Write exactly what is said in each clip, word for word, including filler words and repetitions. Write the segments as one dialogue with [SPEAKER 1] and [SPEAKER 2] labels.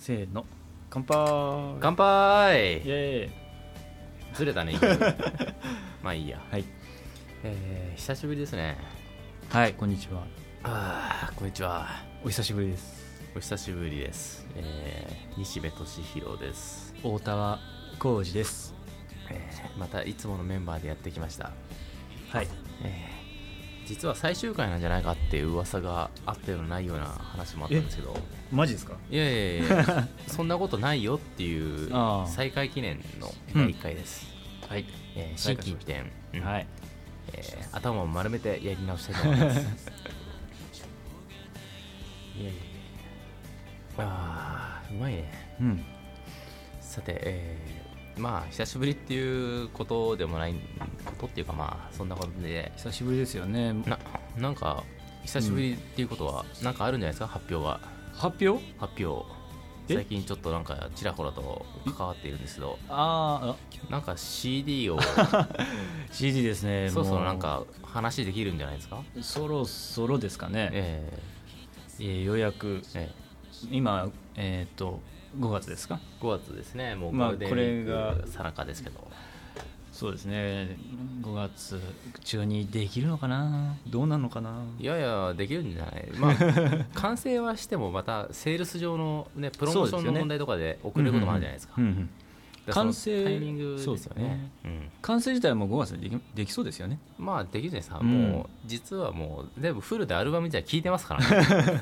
[SPEAKER 1] せーの、乾杯。
[SPEAKER 2] 乾杯。
[SPEAKER 1] イエ
[SPEAKER 2] ーイ。ずれたねまあいいや。
[SPEAKER 1] はい、
[SPEAKER 2] えー、久しぶりですね。
[SPEAKER 1] はい、こんにちは。
[SPEAKER 2] あー、こんにちは。
[SPEAKER 1] お久しぶりです。
[SPEAKER 2] お久しぶりです。えー、西部俊弘です。
[SPEAKER 1] 大田は浩二です。
[SPEAKER 2] えー、またいつものメンバーでやってきました。
[SPEAKER 1] はい、
[SPEAKER 2] えー、実は最終回なんじゃないかっていう噂があったようなないような話もあったんですけど、
[SPEAKER 1] マジですか？
[SPEAKER 2] いやいやいやそんなことないよっていう再開記念のだいいっかいです、
[SPEAKER 1] うん、はい、
[SPEAKER 2] えー、心機一転、うん、
[SPEAKER 1] はい、
[SPEAKER 2] えー、頭を丸めてやり直したいと思いますいやいやいや、あーうまいね。
[SPEAKER 1] うん、
[SPEAKER 2] さて、えー、まあ久しぶりっていうことでもないことっていうか、まあそんなことで
[SPEAKER 1] 久しぶりですよね。
[SPEAKER 2] ななんか久しぶりっていうことはなんかあるんじゃないですか、発表は。
[SPEAKER 1] 発表
[SPEAKER 2] 発表最近ちょっとなんかちらほらと関わっているんですけど、
[SPEAKER 1] あ
[SPEAKER 2] あなんか シーディー を
[SPEAKER 1] シーディー ですね。
[SPEAKER 2] そろそろなんか話できるんじゃないですか。
[SPEAKER 1] そろそろですかね。
[SPEAKER 2] え
[SPEAKER 1] ー、えー、ようやく、えー、今、えー、とごがつですか。
[SPEAKER 2] ごがつですね。もうゴールデンウィークさなかですけど、まあ、
[SPEAKER 1] そうですね。ごがつ中にできるのかな、どうなのかな。
[SPEAKER 2] いやいやできるんじゃない。まあ完成はしてもまたセールス上の、ね、プロモーションの問題とかで遅れることもあるじゃないですか。完成タイミングですよね。うん、
[SPEAKER 1] 完成自体もごがつで き, できそうですよね。
[SPEAKER 2] まあできるじゃないですか、うん、もう実はもう全部フルでアルバム自体聴いてますからね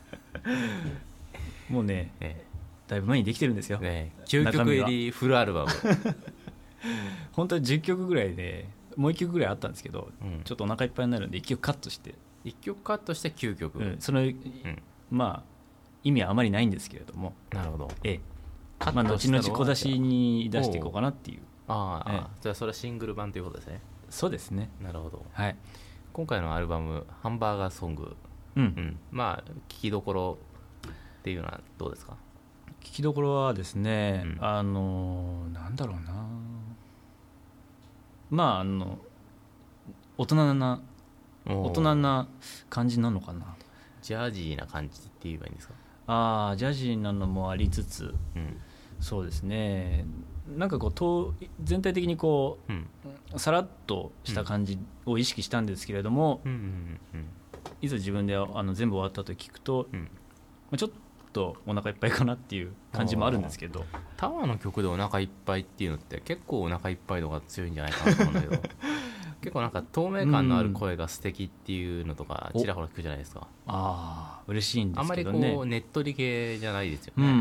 [SPEAKER 1] もうね、ええ、だいぶ前にできてるんですよ、
[SPEAKER 2] ね、きゅうきょく入りフルアルバム
[SPEAKER 1] 本当はじゅっきょくぐらいでもういっきょくぐらいあったんですけど、うん、ちょっとお腹いっぱいになるんでいっきょくカットして
[SPEAKER 2] いっきょくカットしてきゅうきょく、うん、
[SPEAKER 1] その、うん、まあ意味はあまりないんですけれども。
[SPEAKER 2] なるほど。
[SPEAKER 1] ええ、まあ、後々小出しに出していこうかなっていう。
[SPEAKER 2] ああ、ええ、じゃあそれはシングル版ということですね。
[SPEAKER 1] そうですね。
[SPEAKER 2] なるほど、
[SPEAKER 1] はい、
[SPEAKER 2] 今回のアルバムハンバーガーソング、うんうん、まあ聴きどころっていうのはどうですか。
[SPEAKER 1] 聴きどころはですね、うん、あのなんだろうな、まああの大人な大人な感じなのかな。
[SPEAKER 2] ジャージーな感じって言えばいいんですか。
[SPEAKER 1] ああ、ジャージーなのもありつつ、うん、そうですね、なんかこう全体的にこう、うん、さらっとした感じを意識したんですけれども、うんうんうんうん、いざ自分であの全部終わったと聞くと、うん、まあ、ちょっとお腹いっぱいかなっていう感じもあるんですけど。
[SPEAKER 2] タワーの曲でお腹いっぱいっていうのって結構お腹いっぱいのが強いんじゃないかなと思うんだけど結構なんか透明感のある声が素敵っていうのとかちらほら聞くじゃないですか。
[SPEAKER 1] ああ、嬉しいんですけどね。
[SPEAKER 2] あんまりこうねっとり系じゃないですよね。うんうんうん、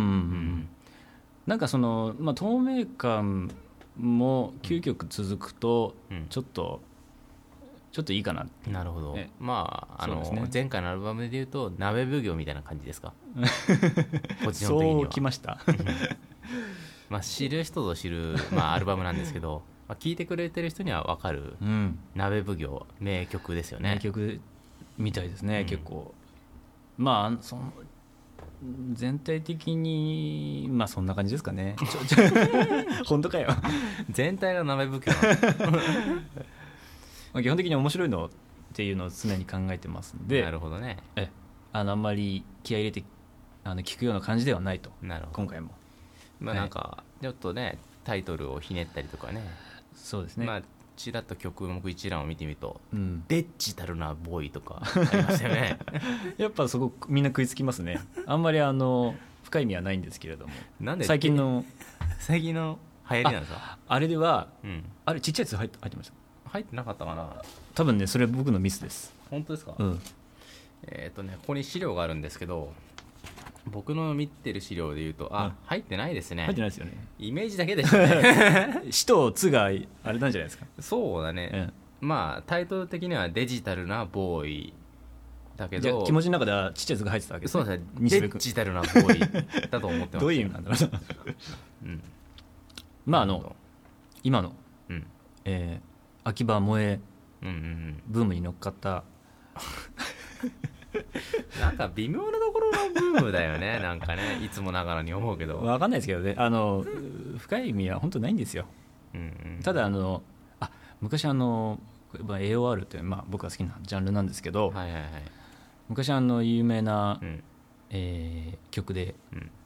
[SPEAKER 1] なんかその、まあ、透明感もきゅうきょく続くとちょっと、うん、ちょっといいかな。
[SPEAKER 2] なるほど、ね、まああの、ね、前回のアルバムでいうと鍋奉行みたいな感じですかポジション的には。
[SPEAKER 1] そうきました
[SPEAKER 2] まあ知る人ぞ知る、まあ、アルバムなんですけどまあ、聴いてくれてる人には分かる、うん、鍋奉行名曲ですよね。
[SPEAKER 1] 名曲みたいですね、うん、結構。まあその全体的にまあそんな感じですかねちょちょ本当かよ
[SPEAKER 2] 全体が鍋奉行
[SPEAKER 1] まあ基本的に面白いのっていうのを常に考えてますんで。
[SPEAKER 2] なるほどね。
[SPEAKER 1] えあのあんまり気合い入れてあの聞くような感じではないと。
[SPEAKER 2] なるほど。
[SPEAKER 1] 今回も
[SPEAKER 2] まあなんかちょっとねタイトルをひねったりとかね。
[SPEAKER 1] そうですね、
[SPEAKER 2] まあ、ちらっと曲目一覧を見てみると、うん、デジタルなボーイとかありましたよね
[SPEAKER 1] やっぱそこみんな食いつきますね。あんまりあの深い意味はないんですけれども。
[SPEAKER 2] なんで
[SPEAKER 1] 最近の
[SPEAKER 2] 最近の流行りなんですか。
[SPEAKER 1] あ, あれでは、うん、あれちっちゃいやつ入って入ってました。
[SPEAKER 2] 入ってなかったかな。
[SPEAKER 1] 多分ねそれ僕のミスです。
[SPEAKER 2] 本当ですか。
[SPEAKER 1] うん、
[SPEAKER 2] えっ、ー、とねここに資料があるんですけど、僕の見てる資料でいうと、あ、うん、入ってないですね。
[SPEAKER 1] 入ってないですよね。
[SPEAKER 2] イメージだけでしたね
[SPEAKER 1] 死とつがあれなんじゃないですか。
[SPEAKER 2] そうだね、うん、まあタイトル的にはデジタルなボーイだけど、
[SPEAKER 1] 気持ちの中ではちっちゃい図が入ってたわけですね。
[SPEAKER 2] そうですね、デジタルなボーイだと思ってます。
[SPEAKER 1] どういう意味なんだろう、うん、まああの今の、うんえー、秋葉萌えブームに乗っかった
[SPEAKER 2] なんか微妙なところのブームだよねなんかねいつもながらに思うけど。
[SPEAKER 1] 分かんないですけどね、あの深い意味は本当ないんですよ、うんうん、ただあのあ昔あの エーオーアール って、まあ、僕が好きなジャンルなんですけど、はいはいはい、昔あの有名な、うんえー、曲で、うん、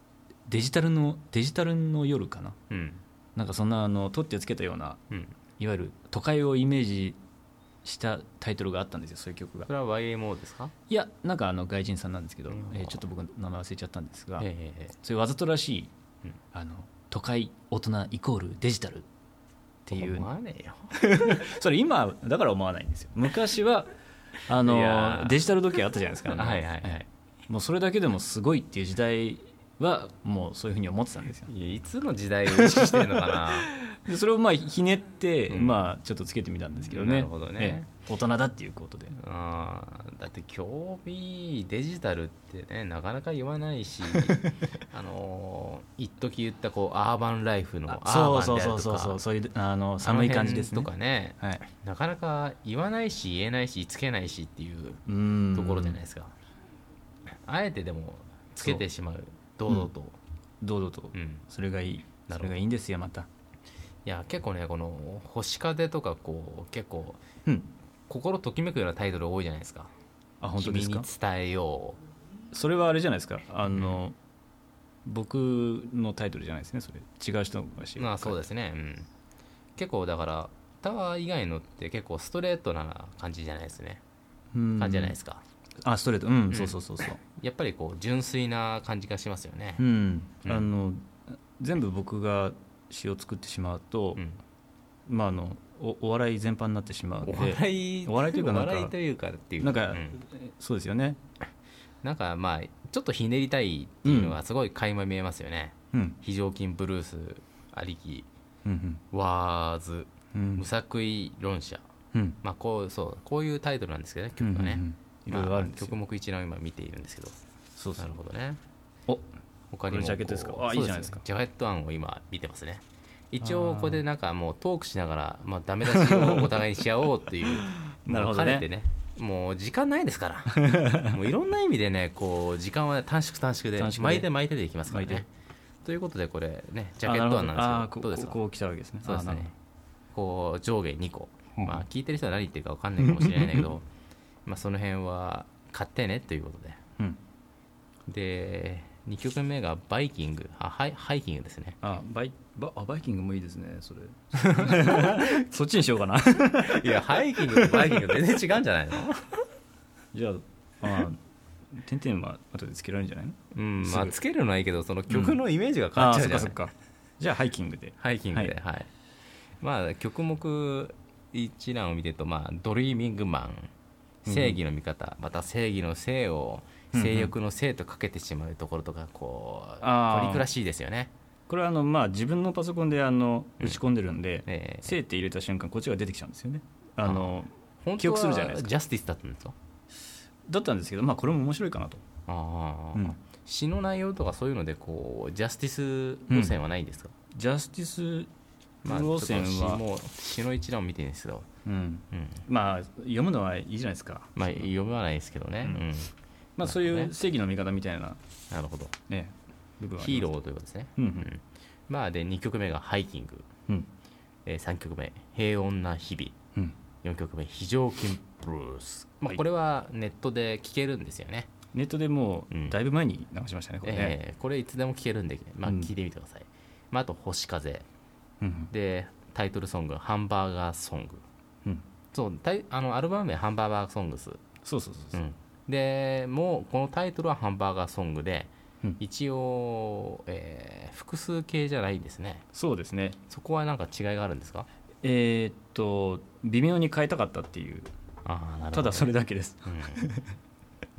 [SPEAKER 1] デジタルのデジタルの夜かな、
[SPEAKER 2] うん、
[SPEAKER 1] なんかそんなあの取ってつけたような、うん、いわゆる都会をイメージしたタイトルがあったんですよ、そういう曲が。
[SPEAKER 2] それは ワイエムオー ですか？
[SPEAKER 1] いや、なんかあの外人さんなんですけど、えー、ちょっと僕名前忘れちゃったんですが、えー、そういうわざとらしい、うん、あの都会大人イコールデジタルっていう
[SPEAKER 2] 思わねえよ
[SPEAKER 1] それ今だから思わないんですよ。昔はあのデジタル時計あったじゃないですか、ね、
[SPEAKER 2] はいはいはい、
[SPEAKER 1] もうそれだけでもすごいっていう時代はもうそういうふうに思ってたんですよ。
[SPEAKER 2] いや、いつの時代を意識してるのかな
[SPEAKER 1] でそれをまあひねって、うん、まあちょっとつけてみたんですけどね。
[SPEAKER 2] なるほどね、え
[SPEAKER 1] え、大人だっていうことで。
[SPEAKER 2] あ、だって興味デジタルってねなかなか言わないしあの一時言ったこうアーバンライフのアーバンであるとか、そうそうそうそう、そういうあの寒い感じですねとかね、はい、なかなか言わないし言えないしつけないしっていうところじゃないですか。あえてでもつけてしまう、堂々と、うん、
[SPEAKER 1] 堂々と、うん、それがいい、それがいいんですよ。また
[SPEAKER 2] いや結構ねこの星風とかこう結構、うん、心ときめくようなタイトル多いじゃないですか。
[SPEAKER 1] あ、本当ですか？
[SPEAKER 2] 君に伝えよ
[SPEAKER 1] う。それはあれじゃないですか、あの、うん、僕のタイトルじゃないですね、それ違う人がし。
[SPEAKER 2] まあそうですね、うん、結構だからタワー以外のって結構ストレートな感じじゃないですね、うん、感じじゃないですか。
[SPEAKER 1] あ、ストレート、うん、うん、そうそうそうそう
[SPEAKER 2] やっぱりこう純粋な感じがしますよね、
[SPEAKER 1] うんうん、あの全部僕が詩を作ってしまうと、うん、まああの お, お笑い全般になってしまうので、
[SPEAKER 2] お笑い
[SPEAKER 1] お笑いというかなんか
[SPEAKER 2] お笑いというかっていう
[SPEAKER 1] なんか、うん、そうですよね。
[SPEAKER 2] なんかまあちょっとひねりたいっていうのがすごい垣間見えますよね、うん、非常勤ブルースありき、うん、ワーズ、うん、無作為論者、うん、まあこうそうこういうタイトルなんですけどね、曲がね、うんうんうん、いろいろあるんですよ。曲目一覧を今見ているんですけど、
[SPEAKER 1] そうそう、
[SPEAKER 2] なるほどね。
[SPEAKER 1] お、
[SPEAKER 2] 他にも
[SPEAKER 1] ジャケットですか？あ、いいじゃないですか。
[SPEAKER 2] ジャケット案を今見てますね。一応ここでなんかもうトークしながら、まあ、ダメ出しをお互いにし合おうっていう
[SPEAKER 1] なるほどね。
[SPEAKER 2] 兼ねてね、もう時間ないですからもういろんな意味でねこう時間は短縮短縮で巻いて巻いてでいきますからね。ということでこれねジャケット案なんですけど、どうですか？
[SPEAKER 1] こう来たわけですね。
[SPEAKER 2] そうですね。こう上下にこ、まあ、聞いてる人は何言ってるか分かんないかもしれないんだけどまあその辺は買ってねということで、うん、でにきょくめがバイキング、あ、ハイ、ハイキングですね。
[SPEAKER 1] あ、バイ、バ、あ、バイキングもいいですね、それそっちにしようかな
[SPEAKER 2] いやハイキングとバイキング全然違うんじゃないの
[SPEAKER 1] じゃあ、あ、点々は後でつけられるんじゃないの？
[SPEAKER 2] うん、まあつけるのはいいけどその曲のイメージが変わっちゃうじゃない、
[SPEAKER 1] うん、あ、そっかそっか。じゃあハイキングで
[SPEAKER 2] ハイキングで、はい、はい、まあ曲目一覧を見てると、まあ、ドリーミングマン、正義の味方、うん、また正義の性を性欲の性とかけてしまうところとかこうトリックらしいですよね。
[SPEAKER 1] これはあの、まあ、自分のパソコンであの打ち込んでるんで、うん、えー、性って入れた瞬間こっちが出てきちゃうんですよね。あの
[SPEAKER 2] あ記憶するじゃないですか。ジャスティスだったんですか？
[SPEAKER 1] だったんですけど、まあ、これも面白いかなと。
[SPEAKER 2] あ、うん、詩の内容とかそういうのでこうジャスティス路線はないんですか？
[SPEAKER 1] うん、ジャスティス
[SPEAKER 2] まあ、路線はもう詩の一覧を見てるんですけど、
[SPEAKER 1] うんうん、まあ読むのはいいじゃないですか。
[SPEAKER 2] まあ読まないですけどね、うんうん、
[SPEAKER 1] まあ、そういう正義の味方みたいな、
[SPEAKER 2] なるほど、
[SPEAKER 1] ね、
[SPEAKER 2] 部分はヒーローということですね、うんうん、まあ、でにきょくめがハイキング、うん、えー、さんきょくめ平穏な日々、うん、よんきょくめ非常勤ブルース、まあ、これはネットで聴けるんですよね。
[SPEAKER 1] ネットでもうだいぶ前に流しましたね、これね、
[SPEAKER 2] えー、これいつでも聴けるんで、まあ、聴いてみてください、うん、まあ、あと星風、うん、でタイトルソングハンバーガーソング、うん、そうタイあのアルバム名ハンバーガーソングス、
[SPEAKER 1] そうそうそうそう、うん、
[SPEAKER 2] でもうこのタイトルはハンバーガーソングで、うん、一応、えー、複数形じゃないですね。
[SPEAKER 1] そうですね。
[SPEAKER 2] そこは何か違いがあるんですか？
[SPEAKER 1] えー、っと微妙に変えたかったっていう、
[SPEAKER 2] あ、なるほどね、
[SPEAKER 1] ただそれだけです、うん、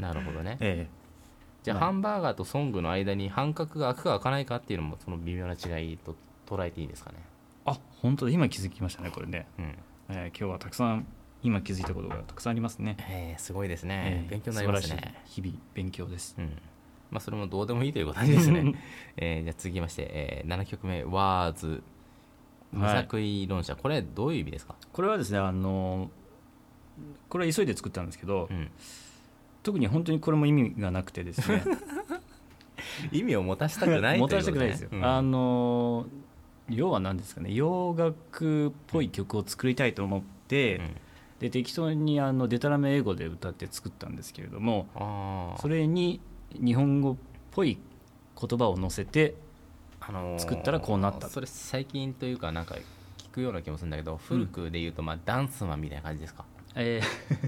[SPEAKER 2] なるほどね、
[SPEAKER 1] ええ、
[SPEAKER 2] じゃあ、まあ、ハンバーガーとソングの間に半角が開くか開かないかっていうのもその微妙な違いと捉えていいですかね？
[SPEAKER 1] あ、本当だ、今気づきましたね、これね、うん、えー、今日はたくさん今気づいたことがたくさんありますね。
[SPEAKER 2] えー、すごいですね、えー、勉強になりますね。
[SPEAKER 1] 日々勉強です、
[SPEAKER 2] うん、まあ、それもどうでもいいということですね、えー、じゃあ続きまして、えー、ななきょくめワーズ無作為論者、はい、これどういう意味ですか？
[SPEAKER 1] これはですね、あのこれは急いで作ったんですけど、うん、特に本当にこれも意味がなくてですね
[SPEAKER 2] 意味を持たせたくないということ、ね、
[SPEAKER 1] 持たせたくないですよ、うん、あの要は何ですかね、洋楽っぽい曲を作りたいと思って、うん、で適当にあのデタラメ英語で歌って作ったんですけれども、あ、それに日本語っぽい言葉を乗せて作ったらこうなった、
[SPEAKER 2] あのー、それ最近というかなんか聞くような気もするんだけど、古くで言うとまあダンスマンみたいな感じですか？
[SPEAKER 1] え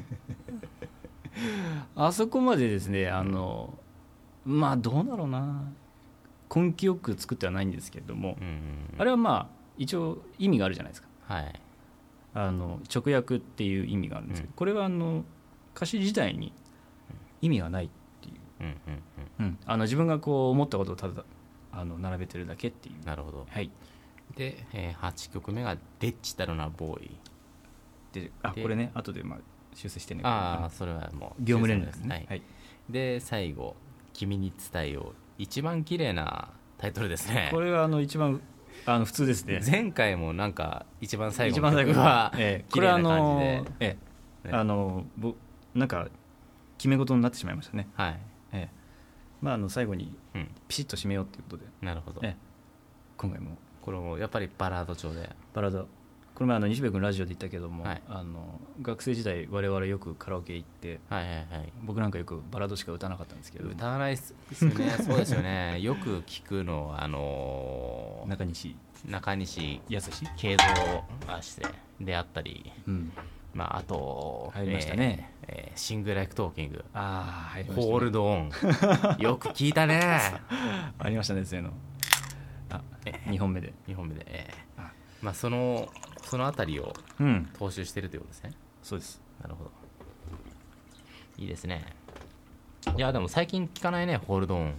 [SPEAKER 1] ー、あそこまでですね、あのまあどうだろうな、根気よく作ってはないんですけれども、うんうんうん、あれはまあ一応意味があるじゃないですか、はい、あの直訳っていう意味があるんですけど、うん、これはあの歌詞自体に意味がないっていう、うんうんうんうん、あの自分がこう思ったことをただあの並べてるだけっていう。
[SPEAKER 2] なるほど、
[SPEAKER 1] はい、
[SPEAKER 2] で、えー、はちきょくめがデッチタルなボーイ
[SPEAKER 1] で、あこれね後でまあ修正してね、
[SPEAKER 2] ああそれはもう
[SPEAKER 1] 業務連絡ですね、はい
[SPEAKER 2] はい、で最後君に伝えよう、一番綺麗なタイトルですね。
[SPEAKER 1] これはあの一番あの普通ですね。
[SPEAKER 2] 前回もなんか一番最後の曲は綺麗な感じで、
[SPEAKER 1] ええ、あのぼなんか決め事になってしまいましたね。はい、ええ、まああの最後にピシッと締めようということで、
[SPEAKER 2] うん、なるほど、
[SPEAKER 1] ええ、今回も
[SPEAKER 2] これもやっぱりバラード調で
[SPEAKER 1] バラード、この前あの西部君ラジオで言ったけども、はい、あの学生時代我々よくカラオケ行って、はいはいはい、僕なんかよくバラードしか歌わなかったんですけど、
[SPEAKER 2] 歌わないですよねそうですよね、よく聞くのはあのー、
[SPEAKER 1] 中西
[SPEAKER 2] 中西
[SPEAKER 1] 康
[SPEAKER 2] 慶三してであったり、うん、まあ、あと
[SPEAKER 1] 入りましたね、
[SPEAKER 2] えーえー、シングライクトーキング、
[SPEAKER 1] あ入りましたね、
[SPEAKER 2] ホールドオンよく聞いたね
[SPEAKER 1] ありましたね、そういうの。あにほんめで
[SPEAKER 2] にほんめで、えー、まあ、そのそのあたりを踏襲してるということですね、うん、
[SPEAKER 1] そうです。
[SPEAKER 2] なるほど、いいですね。いやでも最近聞かないね、ホールドオン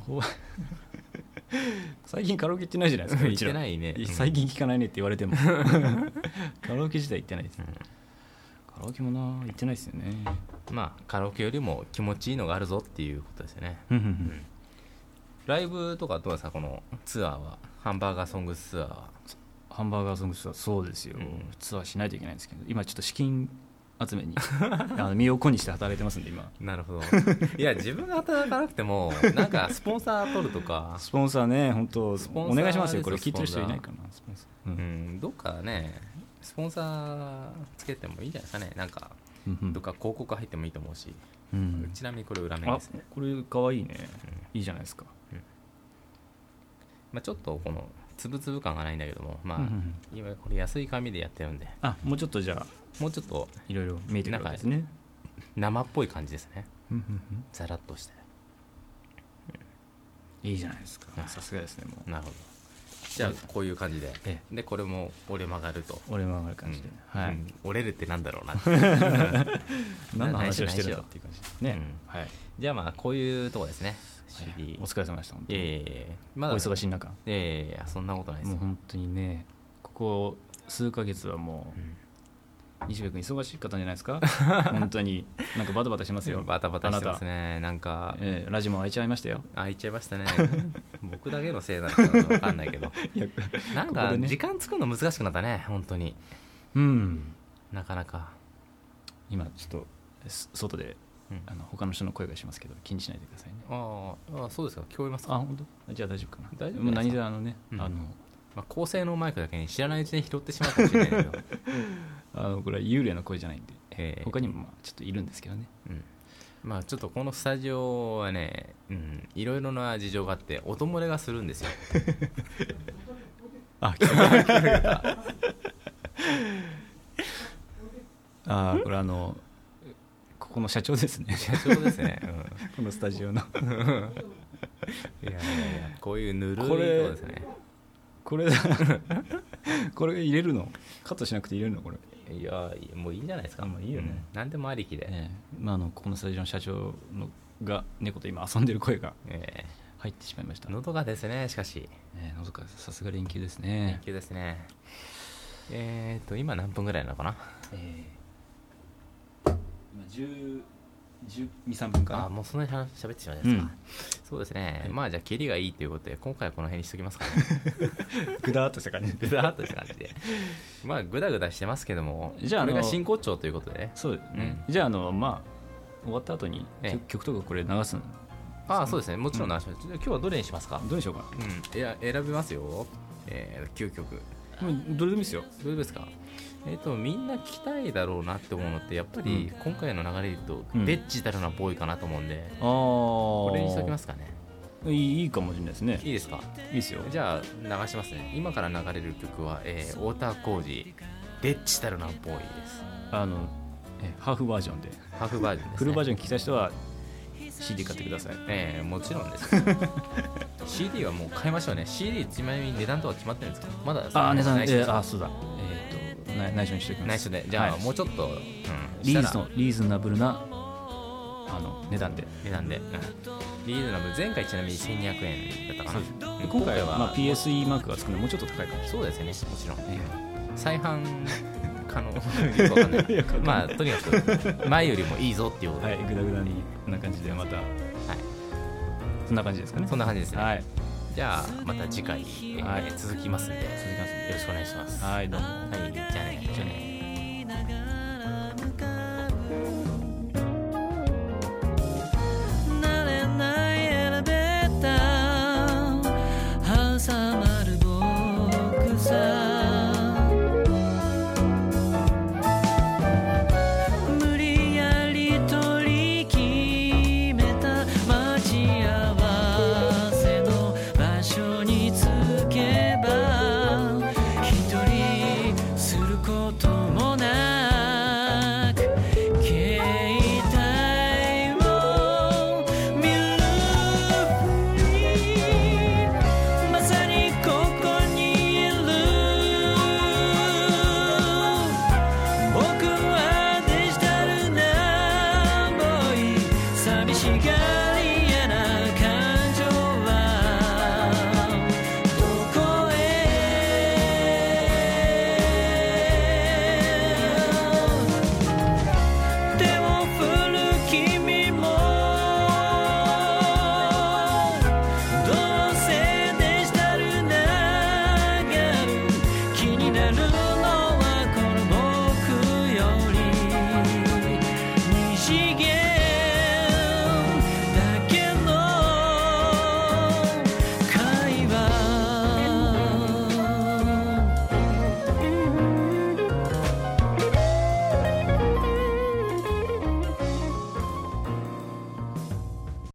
[SPEAKER 1] 最近カラオケ行ってないじゃないですか。
[SPEAKER 2] 行ってないね、
[SPEAKER 1] 最近聞かないねって言われてもカラオケ自体行ってないです、うん、カラオケもな行ってないですよね。
[SPEAKER 2] まあカラオケよりも気持ちいいのがあるぞっていうことですよねうん、ライブとかどうですか、このツアーは、ハンバーガーソングツアーは。
[SPEAKER 1] ハンバーガーソングツアー、そうですよ、うん、ツアーしないといけないんですけど、今ちょっと資金集めにあの身を粉にして働いてますんで今。
[SPEAKER 2] なるほどいや自分が働かなくてもなんかスポンサー取るとか
[SPEAKER 1] スポンサーね、本当お願いしますよ。これ聞いてる人いないかな、スポンサー、
[SPEAKER 2] うんうん、どっかねスポンサーつけてもいいんじゃないですかね。なんかどっか広告入ってもいいと思うし、うん、ちなみにこれ裏面ですね。
[SPEAKER 1] これかわいいね、うん、いいじゃないですか、うん、
[SPEAKER 2] まあ、ちょっとこのつぶつぶ感がないんだけども、まあ、うん、今これ安い紙でやってるんで、
[SPEAKER 1] あもうちょっとじゃあ
[SPEAKER 2] もうちょっと
[SPEAKER 1] いろいろ見えてくるわけですね。
[SPEAKER 2] 生っぽい感じですねザラッとして、
[SPEAKER 1] うん、いいじゃないですか。さすがですね。もう
[SPEAKER 2] なるほど。じゃあこういう感じで、ええ、でこれも折れ曲がると、
[SPEAKER 1] 折れ曲がる感じで、
[SPEAKER 2] うん、はい、うん、折れるってなんだろうな
[SPEAKER 1] 何の話をしてるんだっていう感じですね、
[SPEAKER 2] うん、はい、じゃあまあこういうとこですね。
[SPEAKER 1] はい、お疲れ様でした。本当に、
[SPEAKER 2] え
[SPEAKER 1] ーまだ、お忙しい中、
[SPEAKER 2] えー、そんなことないです。
[SPEAKER 1] もう本当にね、ここ数ヶ月はもう、うん西部君忙しかったんじゃないですか本当になんかバタバタしますよ。
[SPEAKER 2] バタバタしてますね。なんか、
[SPEAKER 1] えー、ラジオも開いちゃいましたよ。
[SPEAKER 2] 開いちゃいましたね僕だけのせいなのか分かんないけどなんか時間作るの難しくなったね本当に。うんなかなか
[SPEAKER 1] 今ちょっと外で、うん、あの他の人の声がしますけど気にしないでくださいね。
[SPEAKER 2] ああそうですか。聞こえますか。
[SPEAKER 1] あ本当。じゃあ大丈夫かな。
[SPEAKER 2] 大丈夫。
[SPEAKER 1] もう何であのね、
[SPEAKER 2] うん、
[SPEAKER 1] あの
[SPEAKER 2] まあ、高性能マイクだけに知らないうちに拾ってしまうかもしれないけど
[SPEAKER 1] あのこれは幽霊の声じゃないんで、えー、他にもまあちょっといるんですけどね、
[SPEAKER 2] うん、まあちょっとこのスタジオはね、うん、いろいろな事情があって音漏れがするんですよ
[SPEAKER 1] あ聞こえたあこれあのここの社長ですね。
[SPEAKER 2] 社長ですね、うん、
[SPEAKER 1] このスタジオのいやい
[SPEAKER 2] やいやこういうぬるいとこですね。
[SPEAKER 1] これこれ入れるのカットしなくて入れるのこれ。
[SPEAKER 2] いやもういいんじゃないですか。
[SPEAKER 1] もういいよね、うん、
[SPEAKER 2] 何でもありきで、
[SPEAKER 1] えーまあ、あのこのスタジオの社長のが猫と今遊んでる声が入ってしまいました、
[SPEAKER 2] えー、のどかですね。しかし、
[SPEAKER 1] えー、のどかさすが連休ですね。
[SPEAKER 2] 連休ですね。えーと今何分ぐらいなのかな。
[SPEAKER 1] えー、今じゅうに、さんぷんかな。
[SPEAKER 2] あもうそんなに話喋ってしまうんですか、うん、そうですね、はい、まあじゃあキリがいいということで今回はこの辺にしときますかね
[SPEAKER 1] グダーっとした感じ
[SPEAKER 2] グダーっとした感じでまあグダグダしてますけども、じゃあこれが真骨頂ということでね。
[SPEAKER 1] そうですね、うん、じゃああのまあ終わった後に、ね、曲とかこれ流すの。
[SPEAKER 2] ああそうですね、もちろん流します、うん、今日はどれにしますか。
[SPEAKER 1] どれにしようか
[SPEAKER 2] な、うん、いや選びますよ、えー、きゅうきょく。
[SPEAKER 1] どれでもいいですよ。
[SPEAKER 2] どれですか。えー、とみんな聞きたいだろうなって思うのってやっぱり今回の流れで言うと、うん、デジタルなボーイかなと思うんで、うん、これにしときますかね。
[SPEAKER 1] いいいいかもしれないですね。
[SPEAKER 2] いいですか。
[SPEAKER 1] いいですよ。
[SPEAKER 2] じゃあ流しますね。今から流れる曲は、えー、太田浩二デッチタルなボーイです。
[SPEAKER 1] あのえハーフバージョンで。
[SPEAKER 2] ハーフバージョンです、ね、
[SPEAKER 1] フルバージョン聞きたい人は シーディー 買ってください。
[SPEAKER 2] えー、もちろんです。シーディー はもう買いましょうね。 シーディー ちなみに値段とか決まってるんですか。まだ
[SPEAKER 1] あ値段、えー、あそうだ、えー、と内緒にしておきます。
[SPEAKER 2] 内緒で。じゃあ、はい、もうちょっと、うん、
[SPEAKER 1] リーズのリーズナブルなあの値段で
[SPEAKER 2] 値段で、うん、リーズナブル。前回ちなみにせんにひゃくえんだったかな。
[SPEAKER 1] で今回は、まあ、ピーエスイー マークがつくのでもうちょっと高いかも。
[SPEAKER 2] そうですよね、もちろん、えー、再販可能よくわかんないまあとにかく前よりもいいぞっていうことで、
[SPEAKER 1] はい、グダグダにな感じでまた、はい、そんな感じですかね。
[SPEAKER 2] そんな感じですね、
[SPEAKER 1] はい、
[SPEAKER 2] じゃあまた次回、えーはい、続きますんで、
[SPEAKER 1] 続きますんで
[SPEAKER 2] よろしくお願いします。
[SPEAKER 1] はい、どうも。
[SPEAKER 2] はい、じゃあね。
[SPEAKER 1] じゃあね。